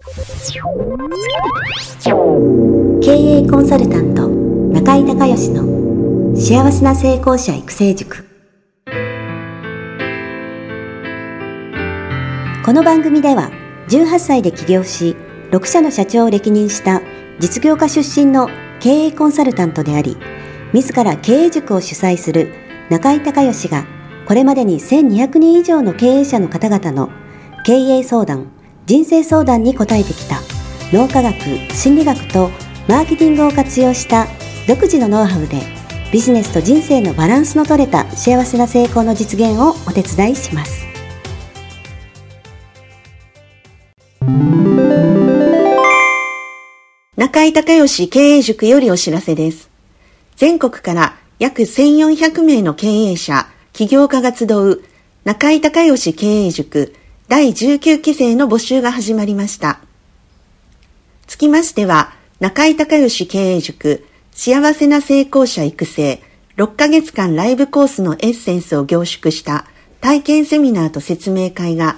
経営コンサルタント中井孝義の幸せな成功者育成塾。この番組では18歳で起業し6社の社長を歴任した実業家出身の経営コンサルタントであり、自ら経営塾を主催する中井孝義がこれまでに1200人以上の経営者の方々の経営相談、人生相談に応えてきた脳科学、心理学とマーケティングを活用した独自のノウハウでビジネスと人生のバランスの取れた幸せな成功の実現をお手伝いします。 中井孝義経営塾よりお知らせです。全国から約1400名の経営者、起業家が集う中井孝義経営塾第19期生の募集が始まりました。つきましては、中井孝義経営塾幸せな成功者育成6ヶ月間ライブコースのエッセンスを凝縮した体験セミナーと説明会が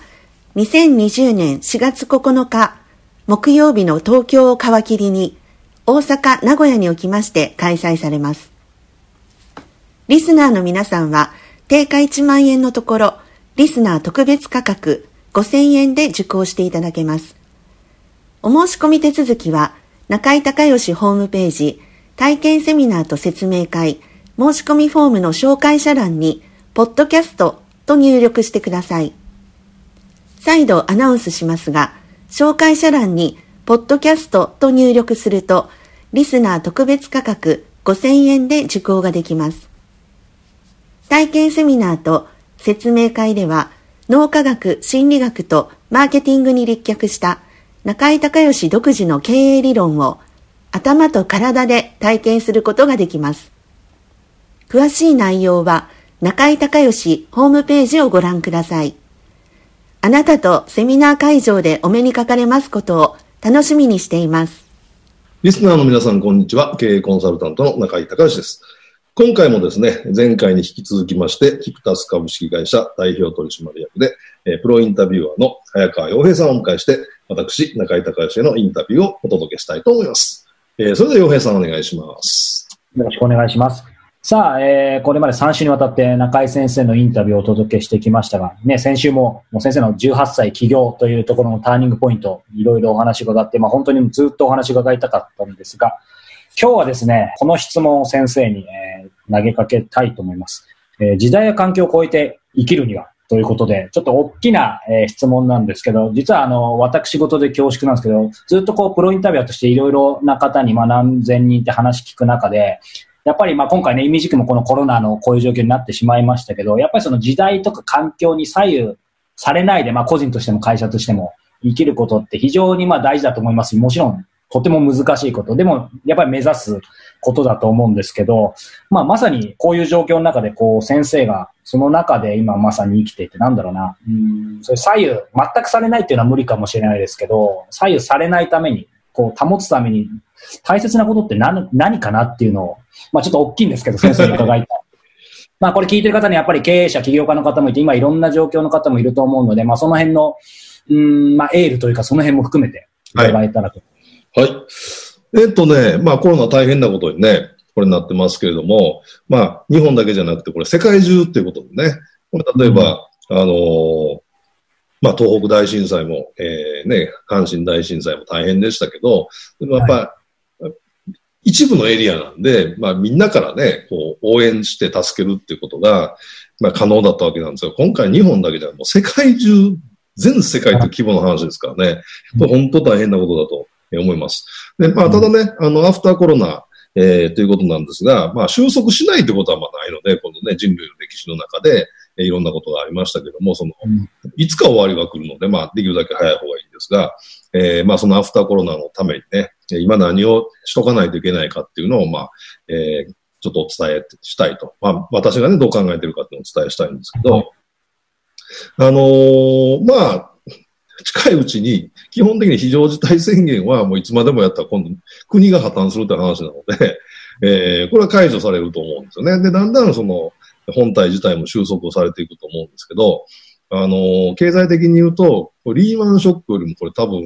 2020年4月9日木曜日の東京を皮切りに大阪、名古屋におきまして開催されます。リスナーの皆さんは定価1万円のところ、リスナー特別価格5000円で受講していただけます。お申し込み手続きは中井孝義ホームページ体験セミナーと説明会申し込みフォームの紹介者欄にポッドキャストと入力してください。再度アナウンスしますが、紹介者欄にポッドキャストと入力するとリスナー特別価格5000円で受講ができます。体験セミナーと説明会では脳科学、心理学とマーケティングに立脚した中井孝義独自の経営理論を頭と体で体験することができます。詳しい内容は中井孝義ホームページをご覧ください。あなたとセミナー会場でお目にかかれますことを楽しみにしています。 リスナーの皆さん、こんにちは。経営コンサルタントの中井孝義です。今回もですね、前回に引き続きまして、キクタス株式会社代表取締役で、プロインタビュアーの早川洋平さんをお迎えして、私、中井孝義へのインタビューをお届けしたいと思います。それでは洋平さんお願いします。 よろしくお願いします。さあ、これまで3週にわたって中井先生のインタビューをお届けしてきましたが、ね、先週も先生の18歳起業というところのターニングポイント、いろいろお話を伺って、本当にずっとお話を伺いたかったんですが、今日はですね、この質問を先生に、投げかけたいと思います。時代や環境を超えて生きるにはということで、ちょっと大きな、質問なんですけど、実は私事で恐縮なんですけど、ずっとプロインタビュアーとしていろいろな方に何千人って話聞く中で、やっぱり今回ね、イミジクもこのコロナのこういう状況になってしまいましたけど、やっぱりその時代とか環境に左右されないで、個人としても会社としても生きることって非常に大事だと思いますし、もちろんとても難しいこと、でもやっぱり目指すことだと思うんですけど、まさにこういう状況の中で先生がその中で今まさに生きていて、それ左右全くされないっていうのは無理かもしれないですけど、左右されないために保つために大切なことって何かなっていうのを、ちょっと大きいんですけど先生に伺いたい。これ聞いてる方にやっぱり経営者、起業家の方もいて、今いろんな状況の方もいると思うので、その辺のエールというかその辺も含めて伺えたらと。 はい。コロナ大変なことにね、これになってますけれども、日本だけじゃなくて、これ世界中っていうことでね、これ例えば、東北大震災も、阪神大震災も大変でしたけど、でもやっぱり、一部のエリアなんで、みんなからね、応援して助けるっていうことが、可能だったわけなんですが、今回日本だけじゃもう世界中、全世界という規模の話ですからね、これ本当大変なことだと思います。で、ただね、アフターコロナ、ということなんですが、収束しないということはないので、このね、人類の歴史の中で、いろんなことがありましたけども、いつか終わりが来るので、できるだけ早い方がいいんですが、そのアフターコロナのためにね、今何をしとかないといけないかっていうのを、ちょっとお伝えしたいと。私がね、どう考えてるかっていうのをお伝えしたいんですけど、近いうちに、基本的に非常事態宣言はもういつまでもやったら今度国が破綻するって話なので、これは解除されると思うんですよね。で、だんだん本体自体も収束をされていくと思うんですけど、経済的に言うと、リーマンショックよりもこれ多分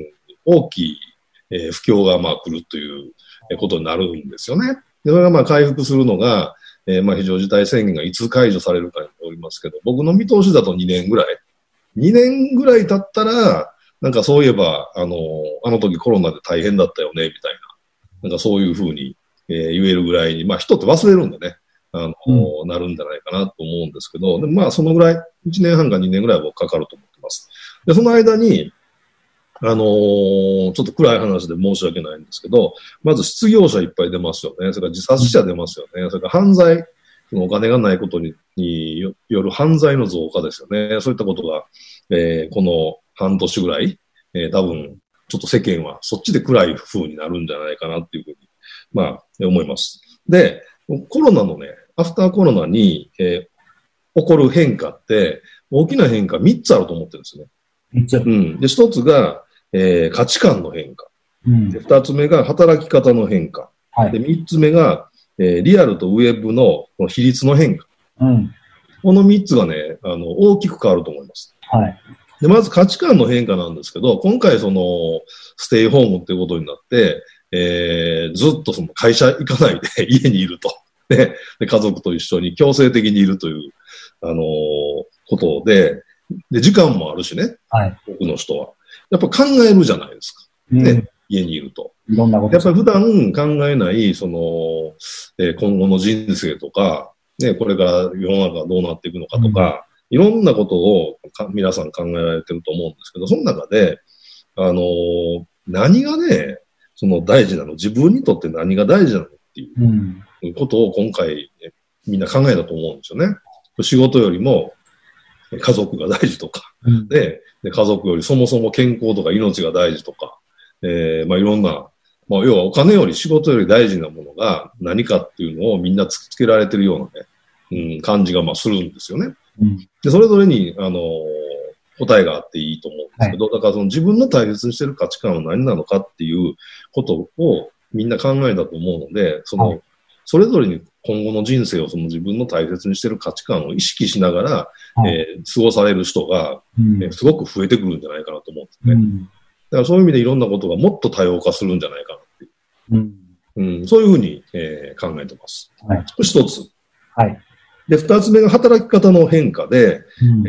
大きい、不況がまあ来るということになるんですよね。で、それがまあ回復するのが、まあ非常事態宣言がいつ解除されるかによりますけど、僕の見通しだと2年ぐらい経ったら、なんかそういえば、あの時コロナで大変だったよね、みたいな。なんかそういうふうに、言えるぐらいに、まあ人って忘れるんでね、なるんじゃないかなと思うんですけど、でまあそのぐらい、1年半か2年ぐらいは僕かかると思ってます。で、その間に、ちょっと暗い話で申し訳ないんですけど、まず失業者いっぱい出ますよね。それから自殺者出ますよね。それから犯罪、お金がないことによる犯罪の増加ですよね。そういったことが、この半年ぐらい、多分、ちょっと世間はそっちで暗い風になるんじゃないかなっていうふうに、まあ、思います。で、コロナのね、アフターコロナに、起こる変化って、大きな変化3つあると思ってるんですよね。うん。で、1つが、価値観の変化。で、2つ目が働き方の変化。はい、で、3つ目が、リアルとウェブの比率の変化。うん、この3つがね、大きく変わると思います。はい。で、まず価値観の変化なんですけど、今回その、ステイホームっていうことになって、ずっとその会社行かないで家にいると。で、家族と一緒に強制的にいるという、ことで、時間もあるしね。はい。僕の人は。やっぱ考えるじゃないですか。ね。家にいると。いろんなこと。やっぱり普段考えない、その、今後の人生とか、ね、これから世の中がどうなっていくのかとか、いろんなことを皆さん考えられてると思うんですけど、その中で、何がね、その大事なの、自分にとって何が大事なのっていうことを今回、みんな考えたと思うんですよね。仕事よりも家族が大事とか、で、家族よりそもそも健康とか命が大事とか、まあいろんな、まあ要はお金より仕事より大事なものが何かっていうのをみんな突きつけられてるようなね、感じがまあするんですよね。で、それぞれに、答えがあっていいと思うんですけど、はい、だからその自分の大切にしてる価値観は何なのかっていうことをみんな考えたと思うので、それぞれに今後の人生をその自分の大切にしてる価値観を意識しながら、過ごされる人が、すごく増えてくるんじゃないかなと思うんですね。だからそういう意味でいろんなことがもっと多様化するんじゃないかなっていう。そういうふうに、考えてます。はい、一つ。はい。で、二つ目が働き方の変化で、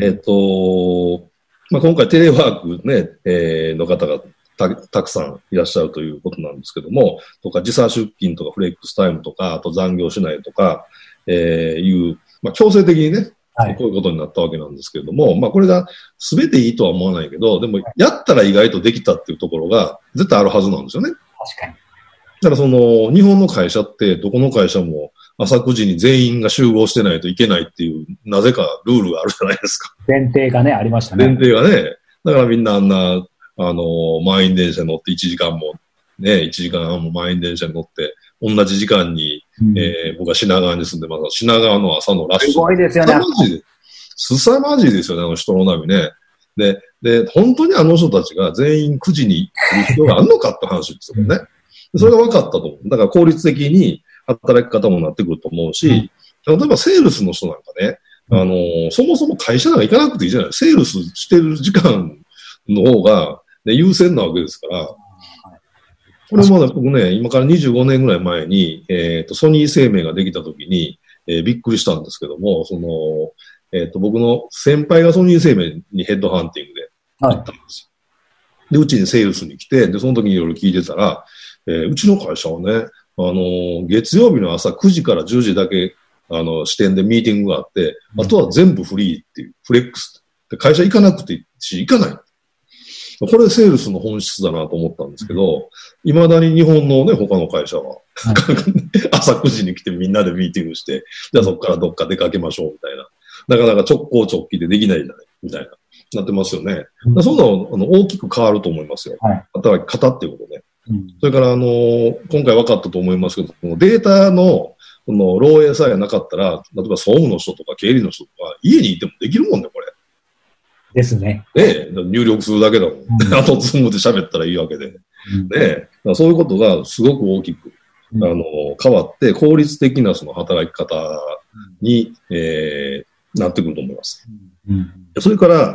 まあ、今回テレワークね、の方がたくさんいらっしゃるということなんですけども、とか時差出勤とかフレックスタイムとか、あと残業しないとか、まあ、強制的にね、はい、こういうことになったわけなんですけれども、まあこれが全ていいとは思わないけど、でもやったら意外とできたっていうところが絶対あるはずなんですよね。 確かに。 だからその、日本の会社ってどこの会社も朝9時に全員が集合してないといけないっていう、なぜかルールがあるじゃないですか。 前提がね、ありましたね。 前提がね。だからみんなあんな、満員電車に乗って1時間も、ね、1時間半も満員電車に乗って、同じ時間に、僕は品川に住んでます。品川の朝のラッシュ。 すごいですよね。 凄まじいですよね、人の波ね。で、本当にあの人たちが全員9時に来る必要があるのかって話ですよね。それが分かったと思う。だから効率的に働き方もなってくると思うし、例えばセールスの人なんかね、そもそも会社なんか行かなくていいじゃない。セールスしてる時間の方が、ね、優先なわけですから、これもね、僕ね、今から25年ぐらい前に、ソニー生命ができた時に、びっくりしたんですけども、僕の先輩がソニー生命にヘッドハンティングで行ったんですよ。で、うちにセールスに来て、で、その時にいろいろ聞いてたら、うちの会社はね、月曜日の朝9時から10時だけ、支店でミーティングがあって、あとは全部フリーっていう、フレックス。で会社行かなくていいし、行かない。これセールスの本質だなと思ったんですけど、未だに日本のね、他の会社は、朝9時に来てみんなでミーティングして、じゃあそこからどっか出かけましょうみたいな。なかなか直行直帰でできないじゃないみたいな。なってますよね。そんなの、大きく変わると思いますよ。働き方っていうことね。それから、今回分かったと思いますけど、データの、漏洩さえなかったら、例えば総務の人とか経理の人とか、家にいてもできるもんね、これ。 ですね。 入力するだけだもん。あと、ズームで喋ったらいいわけで。そういうことがすごく大きく、変わって、効率的なその働き方に、なってくると思います。それから、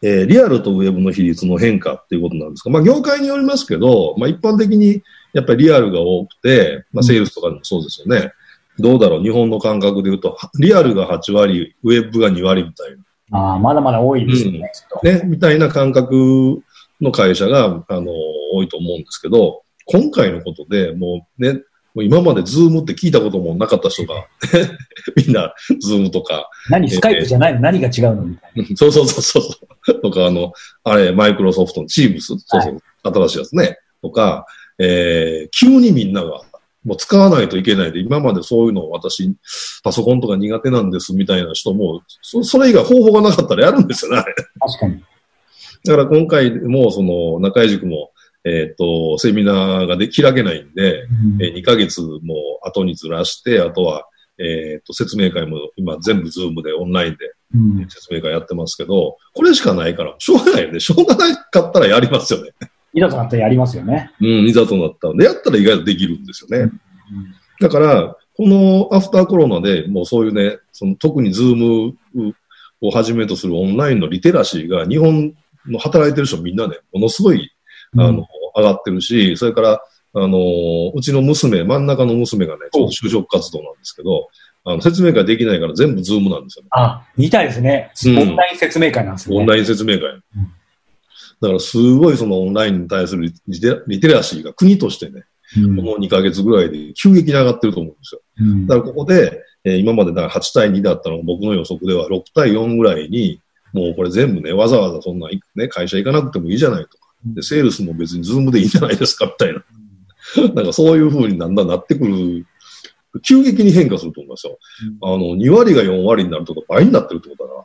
リアルとウェブの比率の変化っていうことなんですが、まあ、業界によりますけど、まあ、一般的にやっぱりリアルが多くて、まあ、セールスとかでもそうですよね。どうだろう、日本の感覚で言うと、リアルが8割、ウェブが2割みたいな。 まだまだ多いですよね。 ね、みたいな感覚の会社が、多いと思うんですけど、今回のことでもうね、もう今までズームって聞いたこともなかった人が、みんなズームとか。 スカイプじゃないの、何が違うのみたいな。 そう。とか、マイクロソフトのチームス、そう、新しいやつね。とか、急にみんなが、もう使わないといけないで、今までそういうのを私、パソコンとか苦手なんですみたいな人も、それ以外方法がなかったらやるんですよね。 確かに。 だから今回も、中井塾も、セミナーが開けないんで、2ヶ月も後にずらして、あとは、説明会も今全部ズームでオンラインで説明会やってますけど、これしかないから、しょうがないよね。しょうがなかったらやりますよね。 いざとなったらやりますよね。 いざとなったら。で、やったら意外とできるんですよね。だから、このアフターコロナでもうそういうね、特にズームをはじめとするオンラインのリテラシーが日本の働いてる人みんなね、ものすごい、上がってるし、それから、うちの娘、真ん中の娘がね、ちょっと就職活動なんですけど、説明会できないから全部ズームなんですよね。 みたいですね。オンライン説明会なんですね。 オンライン説明会。だからすごいオンラインに対するリテラシーが国としてね、この2ヶ月ぐらいで急激に上がってると思うんですよ。だからここで、今までだから8対2だったのが僕の予測では6対4ぐらいに、もうこれ全部ね、わざわざそんなね、会社行かなくてもいいじゃないとか。で、セールスも別にズームでいいんじゃないですかみたいな。なんかそういう風にだんだんなってくる。急激に変化すると思いますよ。2割が4割になるとか倍になってるってことだから。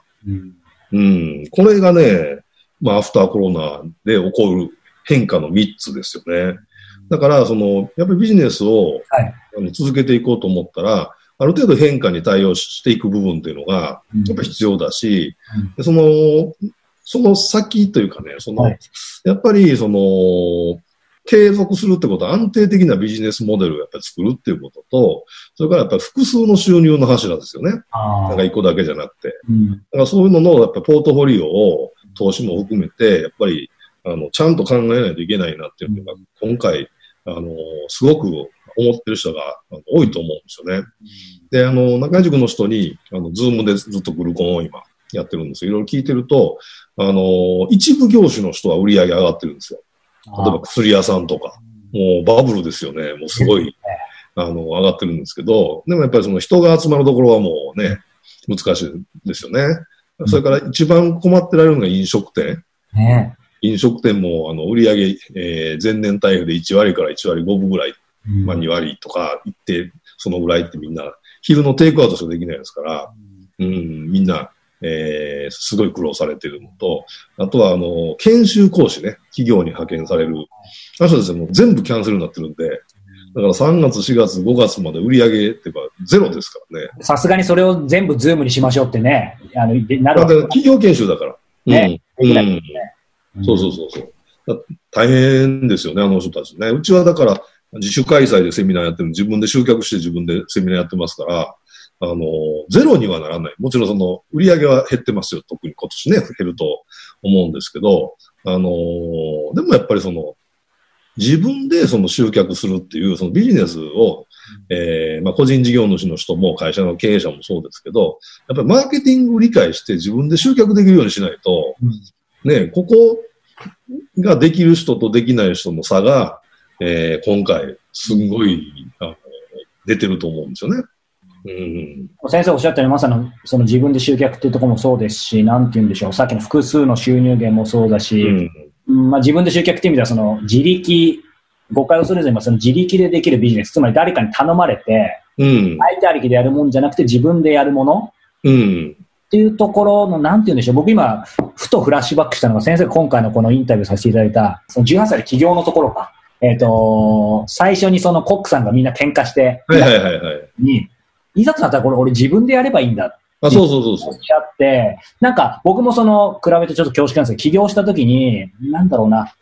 これがね、まあ、アフターコロナで起こる変化の3つですよね。だから、やっぱりビジネスを、続けていこうと思ったら、ある程度変化に対応していく部分っていうのが、やっぱ必要だし、その先というかね、やっぱり、継続するってことは安定的なビジネスモデルをやっぱり作るっていうことと、それからやっぱり複数の収入の柱ですよね。なんか一個だけじゃなくて。だからそういうのの、やっぱりポートフォリオを、投資も含めて、やっぱり、ちゃんと考えないといけないなっていうのが、今回、すごく思ってる人が多いと思うんですよね。で、中井塾の人に、ズームでずっとグルコンを今やってるんですよ。いろいろ聞いてると、一部業種の人は売り上げ上がってるんですよ。例えば薬屋さんとか、もうバブルですよね。もうすごい、上がってるんですけど、でもやっぱり人が集まるところはもうね、難しいですよね。それから一番困ってられるのが飲食店。飲食店も売上、前年対比で1割から1割5分ぐらい、まあ2割とかいって、そのぐらいってみんな、昼のテイクアウトしかできないですから、みんな、すごい苦労されているのと、あとは研修講師ね、企業に派遣される。あの人ですね、もう全部キャンセルになってるんで、だから3月、4月、5月まで売り上げっていうかゼロですからね。 さすがにそれを全部ズームにしましょうってね、なるわけです。 企業研修だから。 ね。 そう。大変ですよね、あの人たちね。うちはだから自主開催でセミナーやってる、自分で集客して自分でセミナーやってますから、ゼロにはならない。もちろん売り上げは減ってますよ。特に今年ね、減ると思うんですけど、でもやっぱり自分で集客するっていうビジネスを、まあ個人事業主の人も会社の経営者もそうですけど、やっぱりマーケティングを理解して自分で集客できるようにしないと、ね、ここができる人とできない人の差が、今回すんごい出てると思うんですよね。 先生おっしゃったようにまさに自分で集客っていうところもそうですし、なんて言うんでしょう、さっきの複数の収入源もそうだし、まあ、自分で集客っていう意味では自力、誤解をするずに自力でできるビジネス、つまり誰かに頼まれて、相手ありきでやるもんじゃなくて自分でやるもの、っていうところの、なんて言うんでしょう、僕今、ふとフラッシュバックしたのが、先生今回のこのインタビューさせていただいた、18歳で起業のところか。最初にコックさんがみんな喧嘩して、いざとなったらこれ俺自分でやればいいんだ。 そう。 おっしゃって、なんか僕も比べてちょっと恐縮なんですけど、起業した時に、なんだろうな、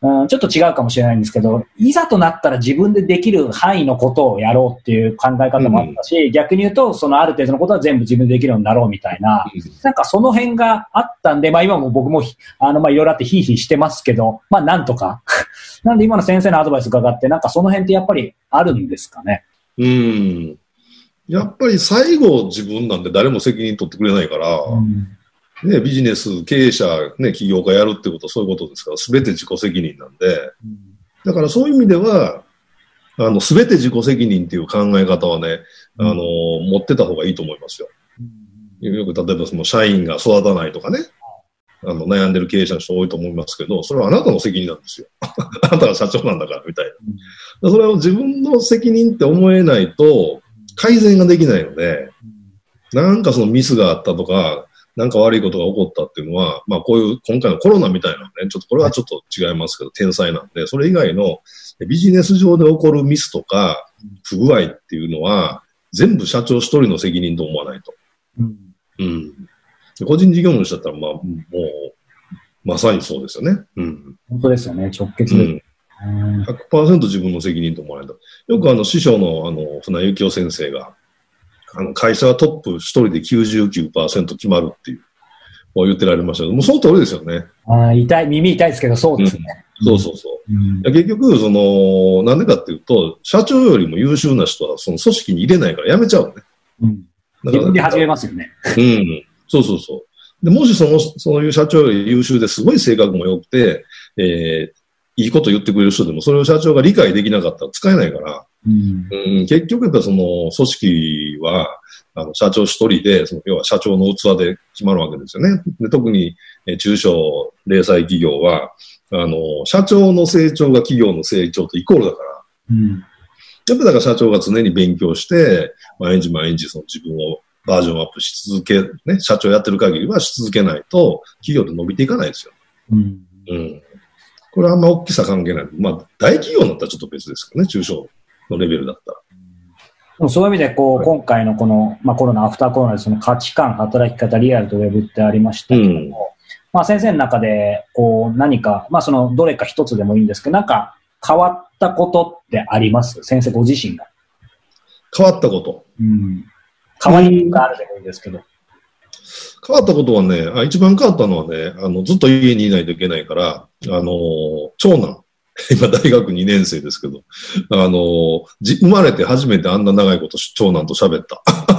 ちょっと違うかもしれないんですけど、いざとなったら自分でできる範囲のことをやろうっていう考え方もあったし、逆に言うと、そのある程度のことは全部自分でできるようになろうみたいな、なんかその辺があったんで、今も僕もいろいろあってヒーヒーしてますけど、なんとか。なんで今の先生のアドバイス伺って、なんかその辺ってやっぱりあるんですかね。 やっぱり最後自分なんて誰も責任取ってくれないから、ね、ビジネス、経営者、ね、起業家やるってことはそういうことですから、すべて自己責任なんで、だからそういう意味では、すべて自己責任っていう考え方はね、持ってた方がいいと思いますよ。よく例えばその社員が育たないとかね、悩んでる経営者の人多いと思いますけど、それはあなたの責任なんですよ。あなたが社長なんだから、みたいな。それを自分の責任って思えないと、改善ができないので、なんかそのミスがあったとか、なんか悪いことが起こったっていうのは、こういう今回のコロナみたいなね、ちょっとこれはちょっと違いますけど、天才なんで、それ以外のビジネス上で起こるミスとか不具合っていうのは、全部社長一人の責任と思わないと。個人事業主だったら、もう、まさにそうですよね。 本当ですよね、直結で。 100% 自分の責任と思わないと。よく師匠の船幸夫先生が、会社はトップ一人で 99% 決まるっていう、言ってられましたけど、もうその通りですよね。 耳痛いですけど、そうですね。 そう。結局、なんでかっていうと、社長よりも優秀な人は、その組織に入れないから辞めちゃうのね。 自分で始めますよね。 そう。で、もしそういう社長より優秀ですごい性格も良くて、いいこと言ってくれる人でも、それを社長が理解できなかったら使えないから、結局やっぱその組織は、社長一人で、要は社長の器で決まるわけですよね。で特に、中小零細企業は、社長の成長が企業の成長とイコールだから、やっぱだから社長が常に勉強して、毎日その自分をバージョンアップし続け、ね、社長やってる限りはし続けないと、企業って伸びていかないですよ。これはあんま大きさ関係ない。大企業になったらちょっと別ですけどね、中小のレベルだったら。 でもそういう意味で、今回のこの、コロナ、アフターコロナでその価値観、働き方、リアルとウェブってありましたけども、先生の中で、何か、どれか一つでもいいんですけど、なんか変わったことってあります？先生ご自身が。 変わったこと。 変わりがあるでもいいですけど。 変わったことはね、一番変わったのはね、ずっと家にいないといけないから、長男、今大学2年生ですけど、生まれて初めてあんな長いこと長男と喋った。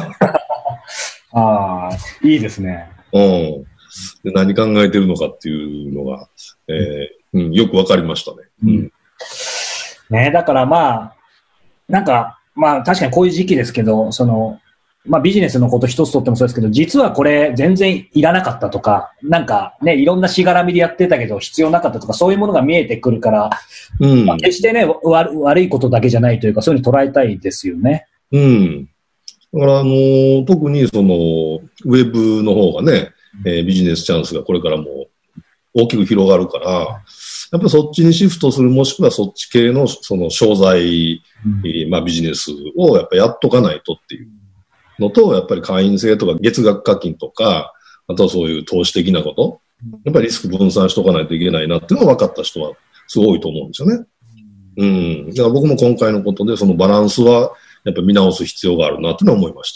いいですね。 で何考えてるのかっていうのが、よくわかりましたね。 ね、だからなんか、確かにこういう時期ですけど、ビジネスのこと一つとってもそうですけど、実はこれ全然いらなかったとか、なんかね、いろんなしがらみでやってたけど必要なかったとか、そういうものが見えてくるから、決してね、悪いことだけじゃないというか、そういうふうに捉えたいですよね。 だから特にウェブの方がね、ビジネスチャンスがこれからも大きく広がるから、やっぱりそっちにシフトする、もしくはそっち系の商材、ビジネスをやっぱやっとかないとっていうのと、やっぱり会員制とか月額課金とか、あとはそういう投資的なこと、やっぱりリスク分散しとかないといけないなっていうのが分かった人はすごいと思うんですよね。だから僕も今回のことでそのバランスはやっぱり見直す必要があるなっていうのは思いました。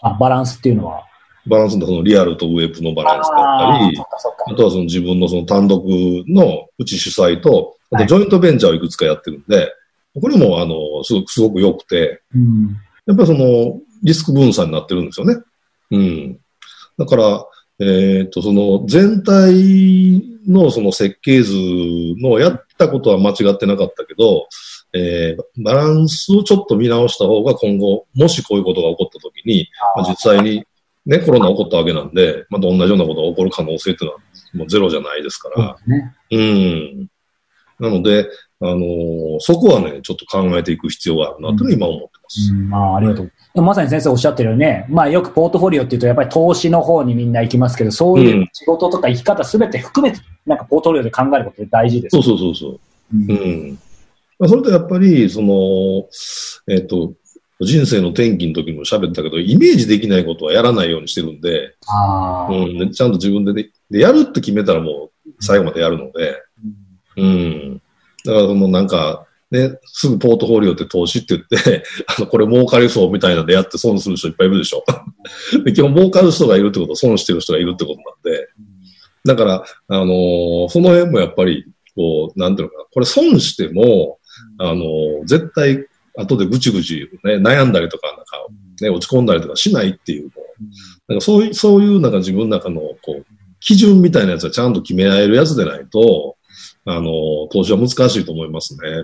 バランスっていうのはバランスのリアルとウェブのバランスだったり、あとは自分の単独のうち主催と、あとジョイントベンチャーをいくつかやってるんで、これもすごく良くて、やっぱりリスク分散になってるんですよね。だから、全体の設計図のやったことは間違ってなかったけど、バランスをちょっと見直した方が今後、もしこういうことが起こったときに、実際にね、コロナ起こったわけなんで、同じようなことが起こる可能性っていうのはもうゼロじゃないですから。なので、そこはね、ちょっと考えていく必要があるなと今思ってます。 ありがとう。まさに先生おっしゃってるようにね、よくポートフォリオっていうとやっぱり投資の方にみんな行きますけど、そういう仕事とか生き方すべて含めて、なんかポートフォリオで考えることって大事です。 そう。それとやっぱり、人生の転機の時も喋ったけど、イメージできないことはやらないようにしてるんで、ちゃんと自分でやるって決めたらもう最後までやるので、 だからなんか、ね、すぐポートフォリオって投資って言って、これ儲かりそうみたいなのでやって損する人いっぱいいるでしょ。で、基本儲かる人がいるってことは損してる人がいるってことなんで、だから、その辺もやっぱり、こう、なんていうのかな、これ損しても、絶対、後でぐちぐち、ね、悩んだりとか、なんか、ね、落ち込んだりとかしないっていう、なんかそういうなんか自分の中の、こう、基準みたいなやつはちゃんと決められるやつでないと、投資は難しいと思いますね。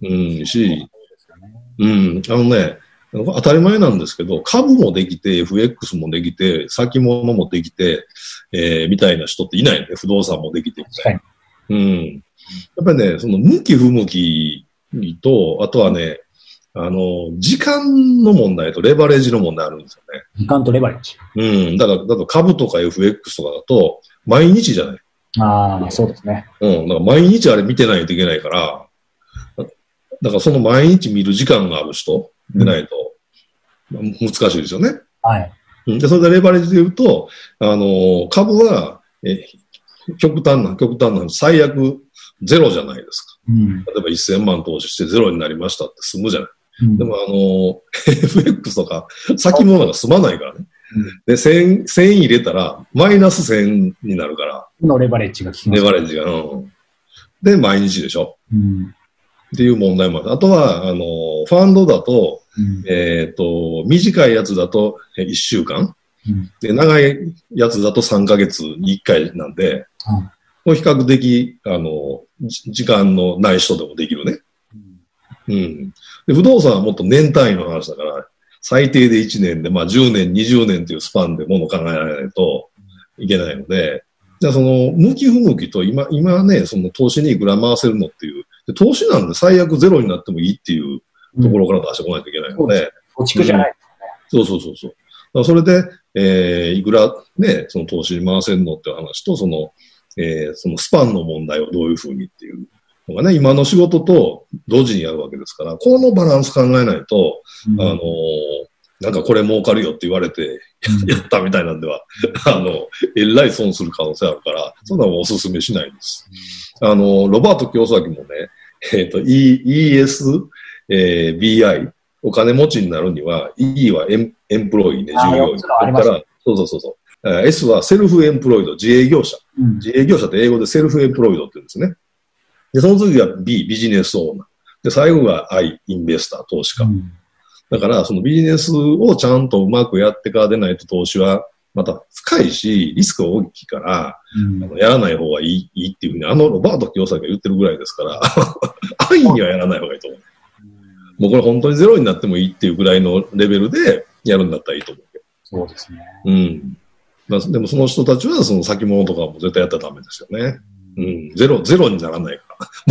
当たり前なんですけど、株もできて、FX もできて、先物もできて、みたいな人っていないね。不動産もできてみたいな。やっぱりね、その向き不向きと、あとはね、時間の問題とレバレッジの問題あるんですよね。 時間とレバレッジ。 だから株とか FX とかだと、毎日じゃない。 ああ、そうですね。 だから毎日あれ見てないといけないから、だからその毎日見る時間がある人でないと、難しいですよね。 はい。 で、それでレバレッジで言うと、株は、極端な最悪ゼロじゃないですか。例えば1000万投資してゼロになりましたって済むじゃない。でもFX とか先物が済まないからね。で、1000入れたらマイナス1000になるから。 のレバレッジが効きます。 レバレッジが。で、毎日でしょ。っていう問題もある。あとは、ファンドだと、短いやつだと1週間。で、長いやつだと3ヶ月に1回なんで、比較的、時間のない人でもできるね。で、不動産はもっと年単位の話だから、最低で1年で、10年、20年というスパンでものを考えられないといけないので、じゃあ向き不向きと今ね、その投資にいくら回せるのっていう、で投資なんで最悪ゼロになってもいいっていうところから出してこないといけないので。 貯蓄じゃないですね。 そう。だからそれで、いくらね、その投資に回せるのっていう話と、そのスパンの問題をどういうふうにっていうのがね、今の仕事と同時にやるわけですから、このバランス考えないと、なんかこれ儲かるよって言われて、やったみたいなんでは、えらい損する可能性あるから、そんなのお勧めしないんです。ロバート清崎もね、ESBI、お金持ちになるには、E はエンプロイね、従業員。だから、そう。S はセルフエンプロイド、自営業者。自営業者って英語でセルフエンプロイドって言うんですね。で、その次が B、ビジネスオーナー。で、最後が I、インベスター、投資家。だから、そのビジネスをちゃんとうまくやってからでないと投資は、また深いし、リスクが大きいから、やらない方がいいっていうふうに、ロバート清崎が言ってるぐらいですから、安易にはやらない方がいいと思う。もうこれ本当にゼロになってもいいっていうぐらいのレベルでやるんだったらいいと思うけど。 そうですね。 でもその人たちはその先物とかも絶対やったらダメですよね。ゼロにならないから。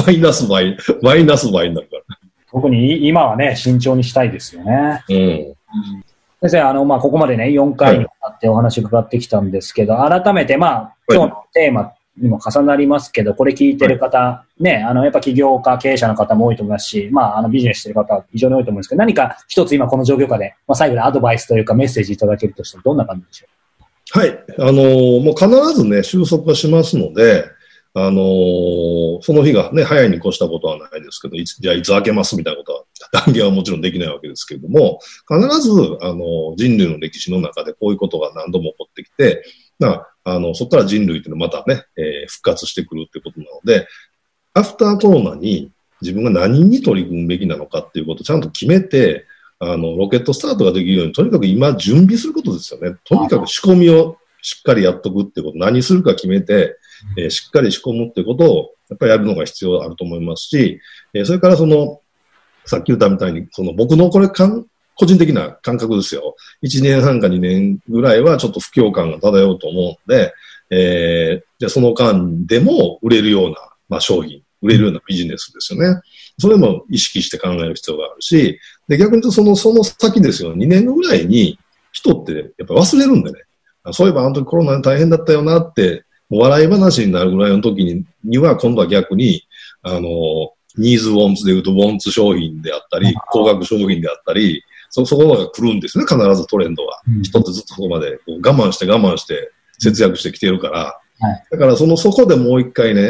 マイナス倍になるから。 特に今はね、慎重にしたいですよね。先生、ここまでね、4回にわたってお話伺ってきたんですけど、改めて、今日のテーマにも重なりますけど、これ聞いてる方、ね、やっぱ起業家、経営者の方も多いと思いますし、ビジネスしてる方は非常に多いと思うんですけど、何か一つ今この状況下で、最後にアドバイスというかメッセージいただけるとしたらどんな感じでしょう？ はい。もう必ずね、収束はしますので、その日がね、早いに越したことはないですけど、じゃあいつ開けますみたいなことは断言はもちろんできないわけですけれども、必ず、人類の歴史の中でこういうことが何度も起こってきて、そこから人類っていうのはまたね、復活してくるってことなので、アフターコロナに自分が何に取り組むべきなのかっていうことをちゃんと決めて、ロケットスタートができるように、とにかく今準備することですよね。とにかく仕込みをしっかりやっとくってこと、何するか決めて、しっかり仕込むってことを、やっぱりやるのが必要あると思いますし、それからさっき言ったみたいに、僕のこれ個人的な感覚ですよ。1年半か2年ぐらいはちょっと不況感が漂うと思うので、じゃあその間でも売れるような、商品、売れるようなビジネスですよね。それも意識して考える必要があるし、で、逆に言うとその先ですよ。2年後ぐらいに人ってやっぱり忘れるんでね。そういえばあの時コロナで大変だったよなって、もう笑い話になるぐらいの時には今度は逆に、ニーズウォンツで言うとウォンツ商品であったり、高額商品であったり、そこが来るんですね、必ずトレンドは。人ってずっとそこまで我慢して節約してきてるから。だからそこでもう一回ね、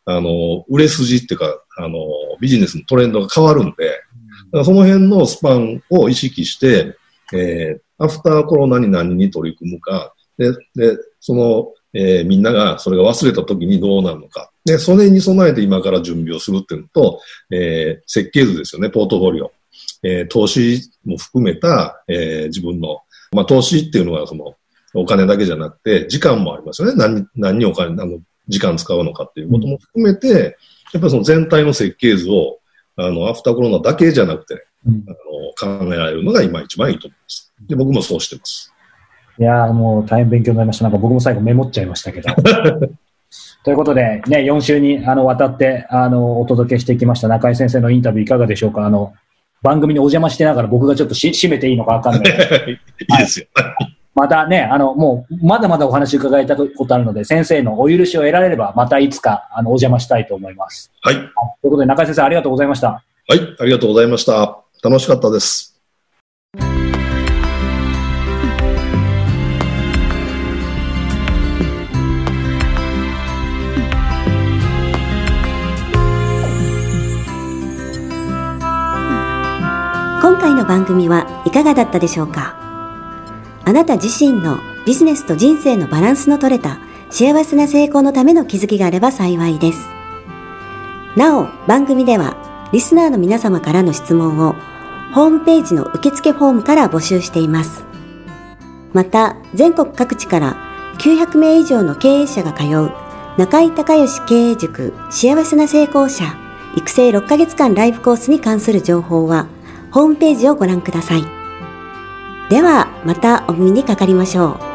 売れ筋っていうか、ビジネスのトレンドが変わるんで、だからその辺のスパンを意識して、アフターコロナに何に取り組むか、で、みんながそれが忘れた時にどうなるのか。で、それに備えて今から準備をするっていうのと、設計図ですよね、ポートフォリオ。投資も含めた、自分の、投資っていうのはお金だけじゃなくて、時間もありますよね。何に時間使うのかっていうことも含めて、やっぱりその全体の設計図を、アフターコロナだけじゃなくて、考えられるのが今一番いいと思います。で、僕もそうしてます。 いやー、もう大変勉強になりました。なんか僕も最後メモっちゃいましたけど。ということで、ね、4週にわたって、お届けしてきました中井先生のインタビューいかがでしょうか。番組にお邪魔してながら僕がちょっと締めていいのかわかんない。いいですよ。 またね、もう、まだまだお話伺いたことあるので、先生のお許しを得られれば、またいつか、お邪魔したいと思います。 はい。 ということで、中井先生ありがとうございました。 はい、ありがとうございました。楽しかったです。 今回の番組はいかがだったでしょうか。あなた自身のビジネスと人生のバランスの取れた幸せな成功のための気づきがあれば幸いです。なお、番組ではリスナーの皆様からの質問をホームページの受付フォームから募集しています。また、全国各地から900名以上の経営者が通う中井孝義経営塾幸せな成功者育成6ヶ月間ライブコースに関する情報はホームページをご覧ください。ではまたお耳にかかりましょう。